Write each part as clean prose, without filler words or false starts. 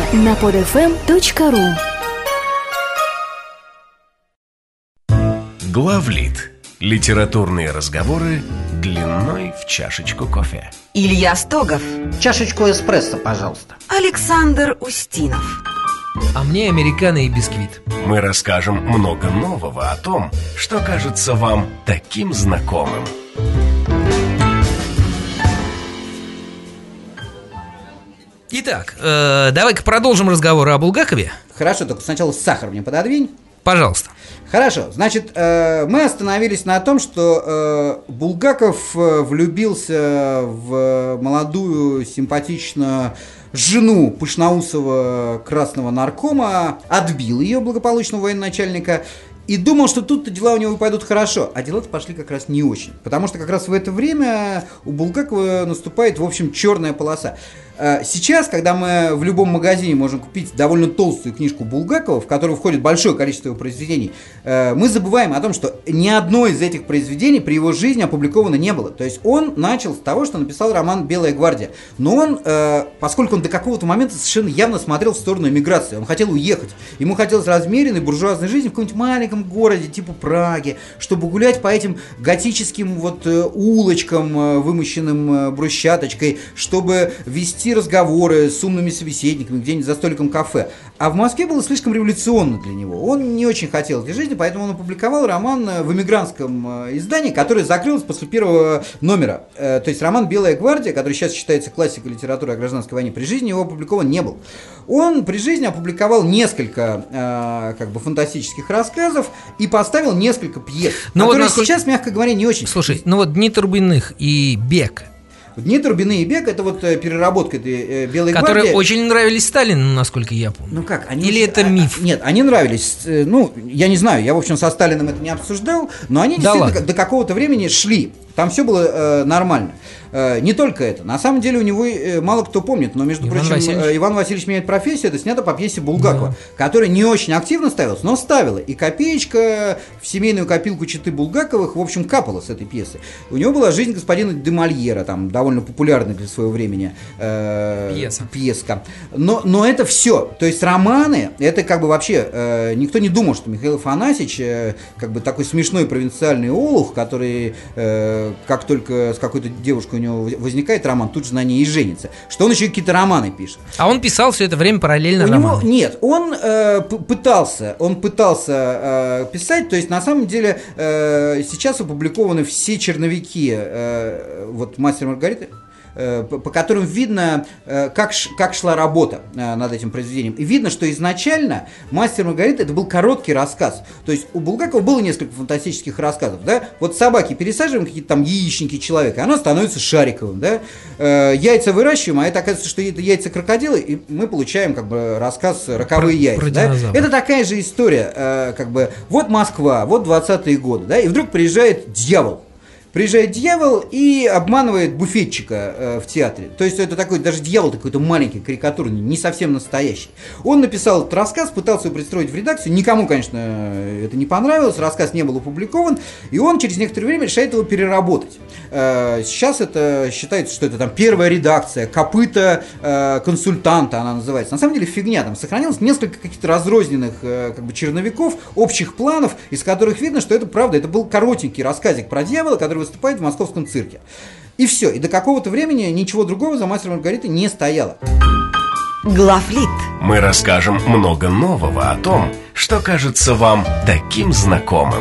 на podfm.ru. Главлит. Литературные разговоры длиной в чашечку кофе. Илья Стогов. Чашечку эспрессо, пожалуйста. Александр Устинов. А мне американо и бисквит. Мы расскажем много нового о том, что кажется вам таким знакомым. Итак, давай-ка продолжим разговор о Булгакове. Хорошо, только сначала сахар мне пододвинь. Пожалуйста. Хорошо, значит, мы остановились на том, что Булгаков влюбился в молодую, симпатичную жену пышноусого красного наркома, отбил ее, благополучного военачальника, и думал, что тут-то дела у него пойдут хорошо, а дела-то пошли как раз не очень, потому что как раз в это время у Булгакова наступает, в общем, черная полоса. Сейчас, когда мы в любом магазине можем купить довольно толстую книжку Булгакова, в которую входит большое количество его произведений, мы забываем о том, что ни одно из этих произведений при его жизни опубликовано не было. То есть он начал с того, что написал роман «Белая гвардия». Но он, поскольку он до какого-то момента совершенно явно смотрел в сторону эмиграции, он хотел уехать. Ему хотелось размеренной буржуазной жизни в каком-нибудь маленьком городе, типа Праги, чтобы гулять по этим готическим вот улочкам, вымощенным брусчаточкой, чтобы вести разговоры с умными собеседниками где-нибудь за столиком кафе. А в Москве было слишком революционно для него. Он не очень хотел этой жизни, поэтому он опубликовал роман в эмигрантском издании, которое закрылось после первого номера. То есть роман «Белая гвардия», который сейчас считается классикой литературы о гражданской войне, при жизни его опубликован не был. Он при жизни опубликовал несколько фантастических рассказов и поставил несколько пьес, которые сейчас, мягко говоря, не очень. Слушай, ну вот «Дни Турбиных» и «Бег». «Дни Турбиных» и «Бег» — это вот переработка этой «Белой гвардии». Которые очень нравились Сталину, насколько я помню. Ну как? Или это миф? Нет, они нравились. Ну, я не знаю, я, в общем, со Сталиным это не обсуждал, но они действительно до какого-то времени шли. Там все было нормально. Не только это. На самом деле у него мало кто помнит, но, между прочим, «Иван Васильевич меняет профессию» — это снято по пьесе Булгакова, которая не очень активно ставилась, но ставила. И копеечка в семейную копилку четы Булгаковых, в общем, капала с этой пьесы. У него была «Жизнь господина де Мольера», там, довольно популярная для своего времени пьеска. Но это все. То есть романы, это как бы вообще никто не думал, что Михаил Афанасьевич как бы такой смешной провинциальный олух, который как только с какой-то девушкой у него возникает роман, тут же на ней и женится. Что он еще и какие-то романы пишет. А он писал все это время параллельно романы? Нет, он пытался писать, то есть на самом деле сейчас опубликованы все черновики вот «Мастера и Маргариты», по которым видно, как шла работа над этим произведением. И видно, что изначально «Мастер и Маргарита» — это был короткий рассказ. То есть у Булгакова было несколько фантастических рассказов. Да? Вот собаки пересаживаем, какие-то там яичники человека, оно становится шариковым. Да? Яйца выращиваем, а это оказывается, что это яйца крокодила, и мы получаем как бы рассказ «Роковые яйца». Да? Это такая же история. Как бы, вот Москва, вот 20-е годы, да? И вдруг приезжает дьявол. Приезжает дьявол и обманывает буфетчика в театре. То есть это такой, даже дьявол какой-то маленький, карикатурный, не совсем настоящий. Он написал этот рассказ, пытался его пристроить в редакцию. Никому, конечно, это не понравилось, рассказ не был опубликован. И он через некоторое время решает его переработать. Сейчас это считается, что это там первая редакция, копыта консультанта она называется. На самом деле фигня, там сохранилось несколько каких-то разрозненных как бы черновиков, общих планов, из которых видно, что это правда. Это был коротенький рассказик про дьявола, который выступает в московском цирке. И все. И до какого-то времени ничего другого за «Мастером и Маргаритой» не стояло. Главлит. Мы расскажем много нового о том, что кажется вам таким знакомым.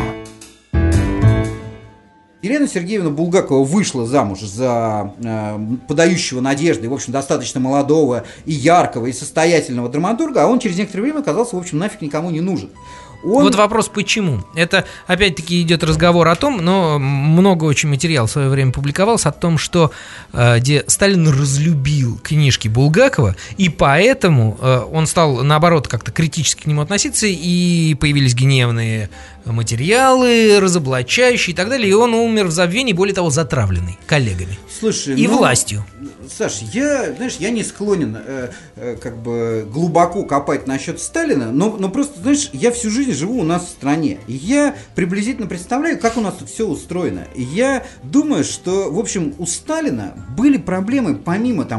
Елена Сергеевна Булгакова вышла замуж за подающего надежды, в общем, достаточно молодого и яркого, и состоятельного драматурга, а он через некоторое время оказался, в общем, нафиг никому не нужен. Вот вопрос, почему? Это, опять-таки, идет разговор о том, но много очень материалов в свое время публиковалось о том, что где Сталин разлюбил книжки Булгакова, и поэтому он стал, наоборот, как-то критически к нему относиться, и появились гневные материалы, разоблачающие и так далее, и он умер в забвении, более того, затравленный коллегами. Слушай, и властью. Саш, я не склонен как бы глубоко копать насчет Сталина, но просто, знаешь, я всю жизнь живу у нас в стране, и я приблизительно представляю, как у нас тут все устроено. И я думаю, что, в общем, у Сталина были проблемы помимо там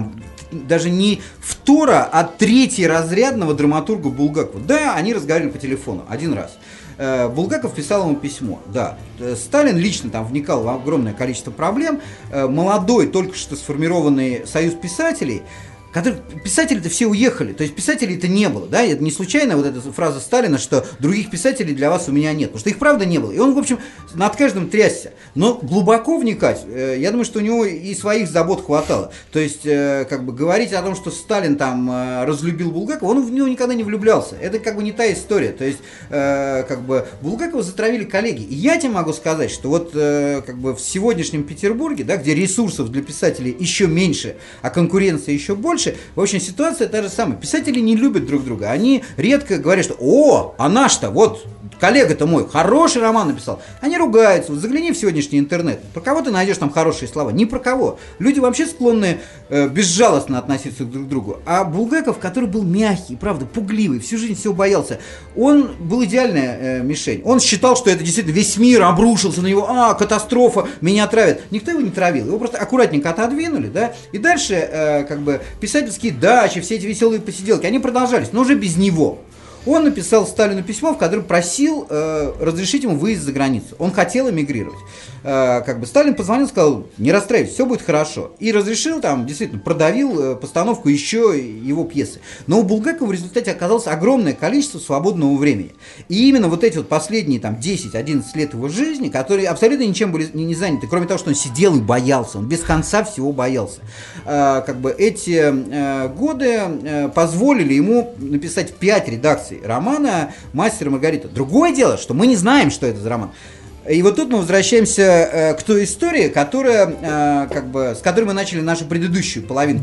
даже не втора, а третьеразрядного драматурга Булгакова. Да, они разговаривали по телефону один раз. Булгаков писал ему письмо, да. Сталин лично там вникал в огромное количество проблем. Молодой, только что сформированный союз писателей, писатели-то все уехали, то есть писателей-то не было, да, это не случайно вот эта фраза Сталина, что других писателей для вас у меня нет, потому что их правда не было, и он, в общем, над каждым трясся, но глубоко вникать, я думаю, что у него и своих забот хватало, то есть, как бы, говорить о том, что Сталин там разлюбил Булгакова, он в него никогда не влюблялся, это как бы не та история, то есть, как бы, Булгакова затравили коллеги, и я тебе могу сказать, что вот, как бы, в сегодняшнем Петербурге, да, где ресурсов для писателей еще меньше, а конкуренция еще больше, в общем, ситуация та же самая. Писатели не любят друг друга. Они редко говорят, что «О, а наш-то, вот, коллега-то мой, хороший роман написал». Они ругаются. Вот загляни в сегодняшний интернет. Про кого ты найдешь там хорошие слова? Ни про кого. Люди вообще склонны безжалостно относиться друг к другу. А Булгаков, который был мягкий, правда, пугливый, всю жизнь всего боялся, он был идеальная мишень. Он считал, что это действительно весь мир обрушился на него. Катастрофа, меня травят. Никто его не травил. Его просто аккуратненько отодвинули, да, и дальше, как бы, писательские дачи, все эти веселые посиделки, они продолжались, но уже без него. Он написал Сталину письмо, в котором просил разрешить ему выезд за границу. Он хотел эмигрировать. Как бы Сталин позвонил, сказал: не расстраивайтесь, все будет хорошо. И разрешил, там, действительно, продавил постановку еще его пьесы. Но у Булгакова в результате оказалось огромное количество свободного времени. И именно вот эти вот последние там 10-11 лет его жизни, которые абсолютно ничем были не заняты, кроме того, что он сидел и боялся, он без конца всего боялся. Как бы эти годы позволили ему написать 5 редакций романа «Мастер и Маргарита». Другое дело, что мы не знаем, что это за роман. И вот тут мы возвращаемся к той истории, которая, как бы, с которой мы начали нашу предыдущую половинку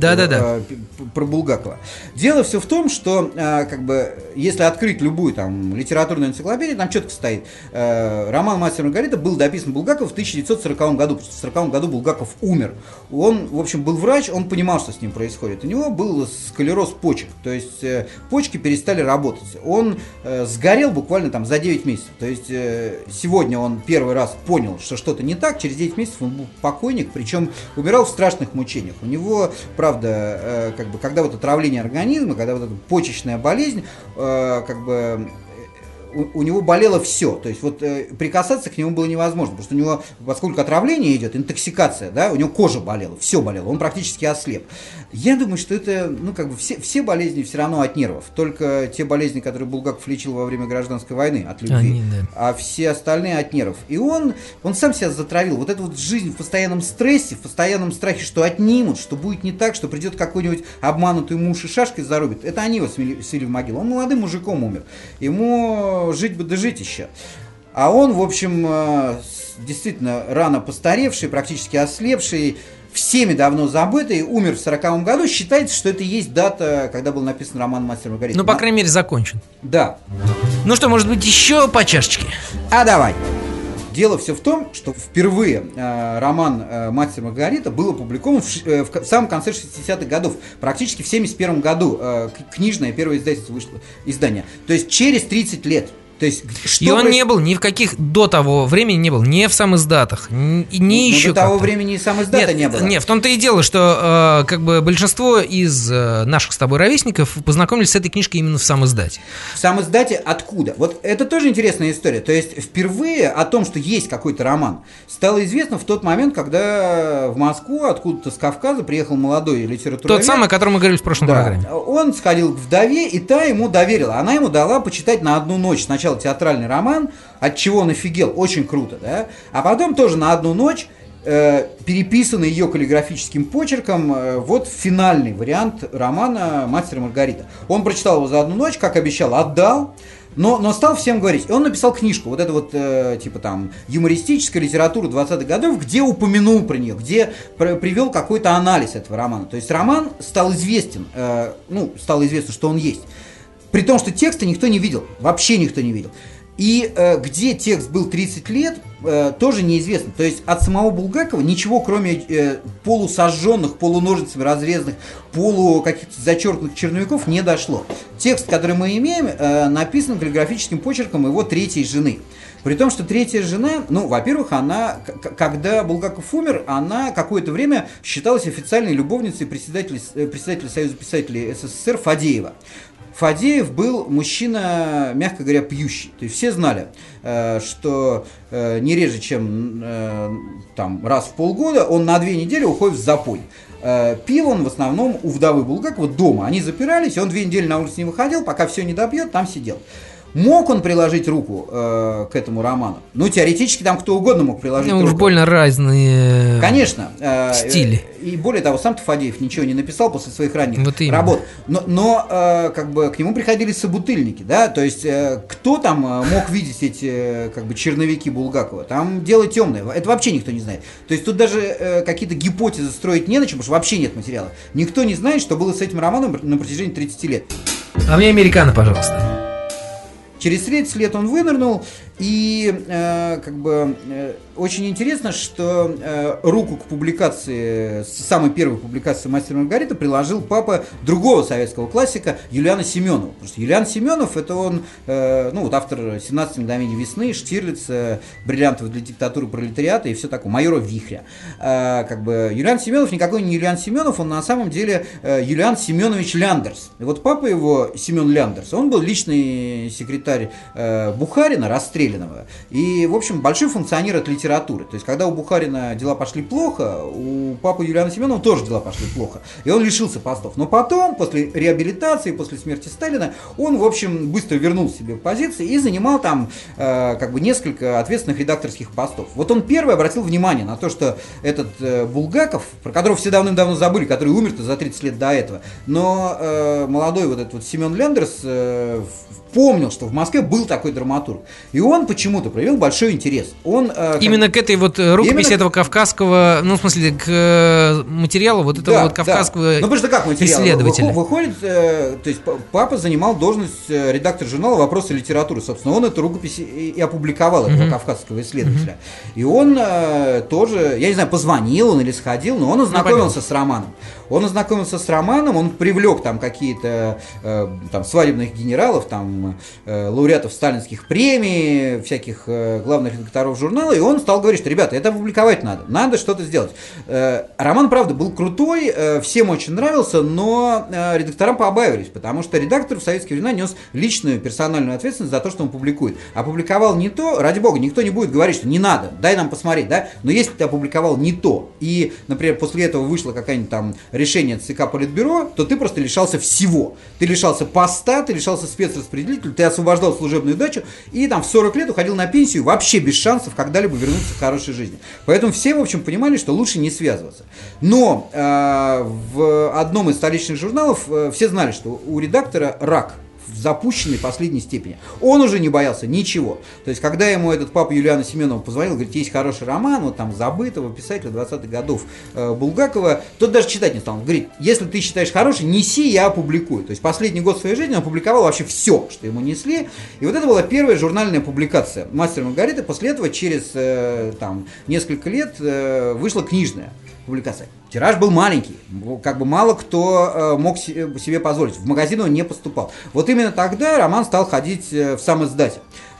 про Булгакова. Дело все в том, что, как бы, если открыть любую там литературную энциклопедию, там четко стоит: роман «Мастер и Маргарита» был дописан Булгаковым в 1940 году, потому что в 1940 году Булгаков умер. Он, в общем, был врач, он понимал, что с ним происходит. У него был склероз почек, то есть почки перестали работать. Он сгорел буквально там за 9 месяцев. То есть сегодня он первый раз понял, что что-то не так, через 9 месяцев он был покойник, причем умирал в страшных мучениях. У него, правда, как бы, когда вот отравление организма, когда вот эта почечная болезнь, как бы, у него болело все, то есть вот прикасаться к нему было невозможно, потому что у него, поскольку отравление идет, интоксикация, да, у него кожа болела, все болело, он практически ослеп. Я думаю, что это, ну, как бы, все болезни все равно от нервов, только те болезни, которые Булгаков лечил во время гражданской войны, от любви, а все остальные от нервов. И он сам себя затравил. Вот эта вот жизнь в постоянном стрессе, в постоянном страхе, что отнимут, что будет не так, что придет какой-нибудь обманутый муж и шашкой зарубит, это они его свели в могилу. Он молодым мужиком умер, ему жить бы дожить еще. А он, в общем, действительно рано постаревший, практически ослепший, всеми давно забытый, умер в 1940 году. Считается, что это и есть дата, когда был написан роман «Мастер и Маргарита». Ну, по крайней мере, закончен. Да. Ну что, может быть, еще по чашечке? А давай. Дело все в том, что впервые роман «Мастер и Маргарита» был опубликован в самом конце 60-х годов. Практически в 1971 году книжное первое издательство вышло, издание. То есть через 30 лет. То есть, и он не был ни в каких, до того времени не был, не в самиздатах, не еще до того времени и самиздата не было. Нет, в том-то и дело, что как бы большинство из наших с тобой ровесников познакомились с этой книжкой именно в самиздате. В самиздате откуда? Вот это тоже интересная история. То есть впервые о том, что есть какой-то роман, стало известно в тот момент, когда в Москву откуда-то с Кавказа приехал молодой литературовед. Тот самый, о котором мы говорили в прошлом программе. Он сходил к вдове, и та ему доверила. Она ему дала почитать на одну ночь. Сначала театральный роман, от чего он офигел, очень круто, да? А потом тоже на одну ночь переписанный ее каллиграфическим почерком вот финальный вариант романа «Мастер и Маргарита». Он прочитал его за одну ночь, как обещал, отдал, но стал всем говорить. И он написал книжку, вот это вот, типа там, юмористическая литература 20-х годов, где упомянул про нее, где привел какой-то анализ этого романа. То есть роман стал известен, стало известно, что он есть. При том, что текста никто не видел, вообще никто не видел. И где текст был 30 лет, тоже неизвестно. То есть от самого Булгакова ничего, кроме полусожженных, полуножницами разрезанных, каких-то зачеркнутых черновиков не дошло. Текст, который мы имеем, написан каллиграфическим почерком его третьей жены. При том, что третья жена, во-первых, она, когда Булгаков умер, она какое-то время считалась официальной любовницей председателя Союза писателей СССР Фадеева. Фадеев был мужчина, мягко говоря, пьющий. То есть все знали, что не реже, чем раз в полгода он на 2 недели уходит в запой. Пил он в основном у вдовы Булгакова дома. Они запирались, и он 2 недели на улицу не выходил, пока все не добьет, там сидел. Мог он приложить руку к этому роману? Теоретически там кто угодно мог приложить руку. Уж больно разные, конечно, стили. И более того, сам-то Фадеев ничего не написал после своих ранних работ. Но к нему приходили собутыльники, да, то есть кто там мог видеть эти черновики Булгакова? Там дело темное, это вообще никто не знает. То есть тут даже какие-то гипотезы строить не на чем, потому что вообще нет материала. Никто не знает, что было с этим романом на протяжении 30 лет. А мне американо, пожалуйста. Через 30 лет он вынырнул, и очень интересно, что руку к публикации, самой первой публикации «Мастера и Маргариты» приложил папа другого советского классика Юлиана Семенова. Потому что Юлиан Семенов — это он, автор «17 мгновений весны», Штирлица, «Бриллиантов для диктатуры пролетариата» и все такое, «Майора Вихря». Юлиан Семенов никакой не Юлиан Семенов, он на самом деле Юлиан Семенович Ляндерс. И вот папа его, Семен Ляндерс, он был личный секретарь Бухарина, расстрелянного, и, в общем, большой функционер от литературы. То есть, когда у Бухарина дела пошли плохо, у папы Юлиана Семенова тоже дела пошли плохо, и он лишился постов. Но потом, после реабилитации, после смерти Сталина, он, в общем, быстро вернул себе позиции и занимал там несколько ответственных редакторских постов. Вот он первый обратил внимание на то, что этот Булгаков, про которого все давным-давно забыли, который умер-то за 30 лет до этого, но молодой вот этот вот Семен Ляндерс помнил, что в Москве был такой драматург. И он почему-то проявил большой интерес. Он, именно к этой вот рукописи этого кавказского, к материалу вот этого кавказского исследователя. Выходит, то есть папа занимал должность редактора журнала «Вопросы литературы». Собственно, он эту рукопись и опубликовал, этого кавказского исследователя. И он тоже, я не знаю, позвонил он или сходил, но он ознакомился с романом. Он привлек там какие-то свадебных генералов, лауреатов сталинских премий, всяких главных редакторов журнала, и он стал говорить, что, ребята, это опубликовать надо что-то сделать. Роман, правда, был крутой, всем очень нравился, но редакторам побаивались, потому что редактор в советские времена нес личную персональную ответственность за то, что он публикует. Опубликовал не то, ради бога, никто не будет говорить, что не надо, дай нам посмотреть, да, но если ты опубликовал не то, и, например, после этого вышло какое-нибудь там решение ЦК Политбюро, то ты просто лишался всего. Ты лишался поста, ты лишался спецраспределителя, ты освобождал служебную дачу и там в 40 лет уходил на пенсию вообще без шансов когда-либо вернуться к хорошей жизни. Поэтому все, в общем, понимали, что лучше не связываться. Но в одном из столичных журналов все знали, что у редактора рак в запущенной последней степени. Он уже не боялся ничего. То есть, когда ему этот папа Юлиана Семенова позвонил, говорит, есть хороший роман, вот там забытого писателя 20-х годов Булгакова, тот даже читать не стал. Он говорит, если ты считаешь хороший, неси, я опубликую. То есть, последний год своей жизни он опубликовал вообще все, что ему несли. И вот это была первая журнальная публикация «Мастера и Маргариты». После этого, через несколько лет, вышла книжная публикация. Тираж был маленький, мало кто мог себе позволить. В магазин он не поступал. Вот именно тогда роман стал ходить в самиздате.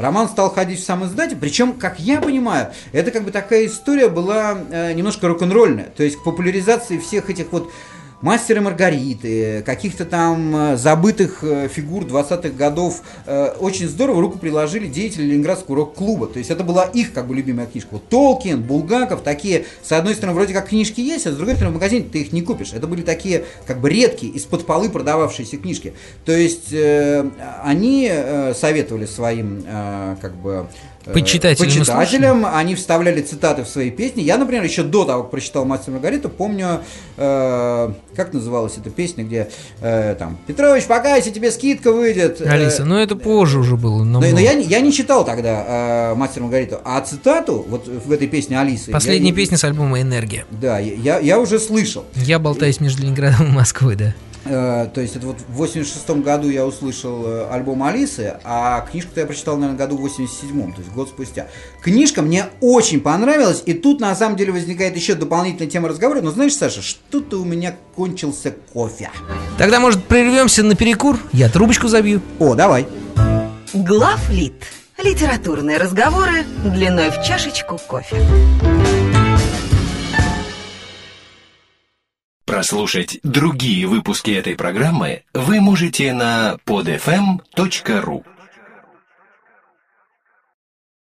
Причем, как я понимаю, это такая история была немножко рок-н-ролльная. То есть к популяризации всех этих вот «Мастера и Маргариты», каких-то там забытых фигур 20-х годов, очень здорово руку приложили деятели Ленинградского рок-клуба. То есть это была их любимая книжка. Вот Толкин, Булгаков, такие, с одной стороны, вроде как книжки есть, а с другой стороны, в магазине ты их не купишь. Это были такие редкие, из-под полы продававшиеся книжки. То есть они советовали своим почитателям, они вставляли цитаты в свои песни. Я, например, еще до того, как прочитал «Мастера и Маргариту», помню, как называлась эта песня, где «Петрович, покайся, тебе скидка выйдет». Алиса, это позже уже было. Но я не читал тогда «Мастера и Маргариту», а цитату вот в этой песне Алисы... Последняя песня с альбома «Энергия». Да, я уже слышал. Я болтаюсь между Ленинградом и Москвой, да. То есть это вот в 86-м году я услышал альбом Алисы, а книжку-то я прочитал, наверное, году в 87-м, то есть год спустя. Книжка мне очень понравилась, и тут на самом деле возникает еще дополнительная тема разговора. Но знаешь, Саша, что-то у меня кончился кофе. Тогда, может, прервемся на перекур? Я трубочку забью. О, давай. Главлит. Литературные разговоры длиной в чашечку кофе. Прослушать другие выпуски этой программы вы можете на podfm.ru.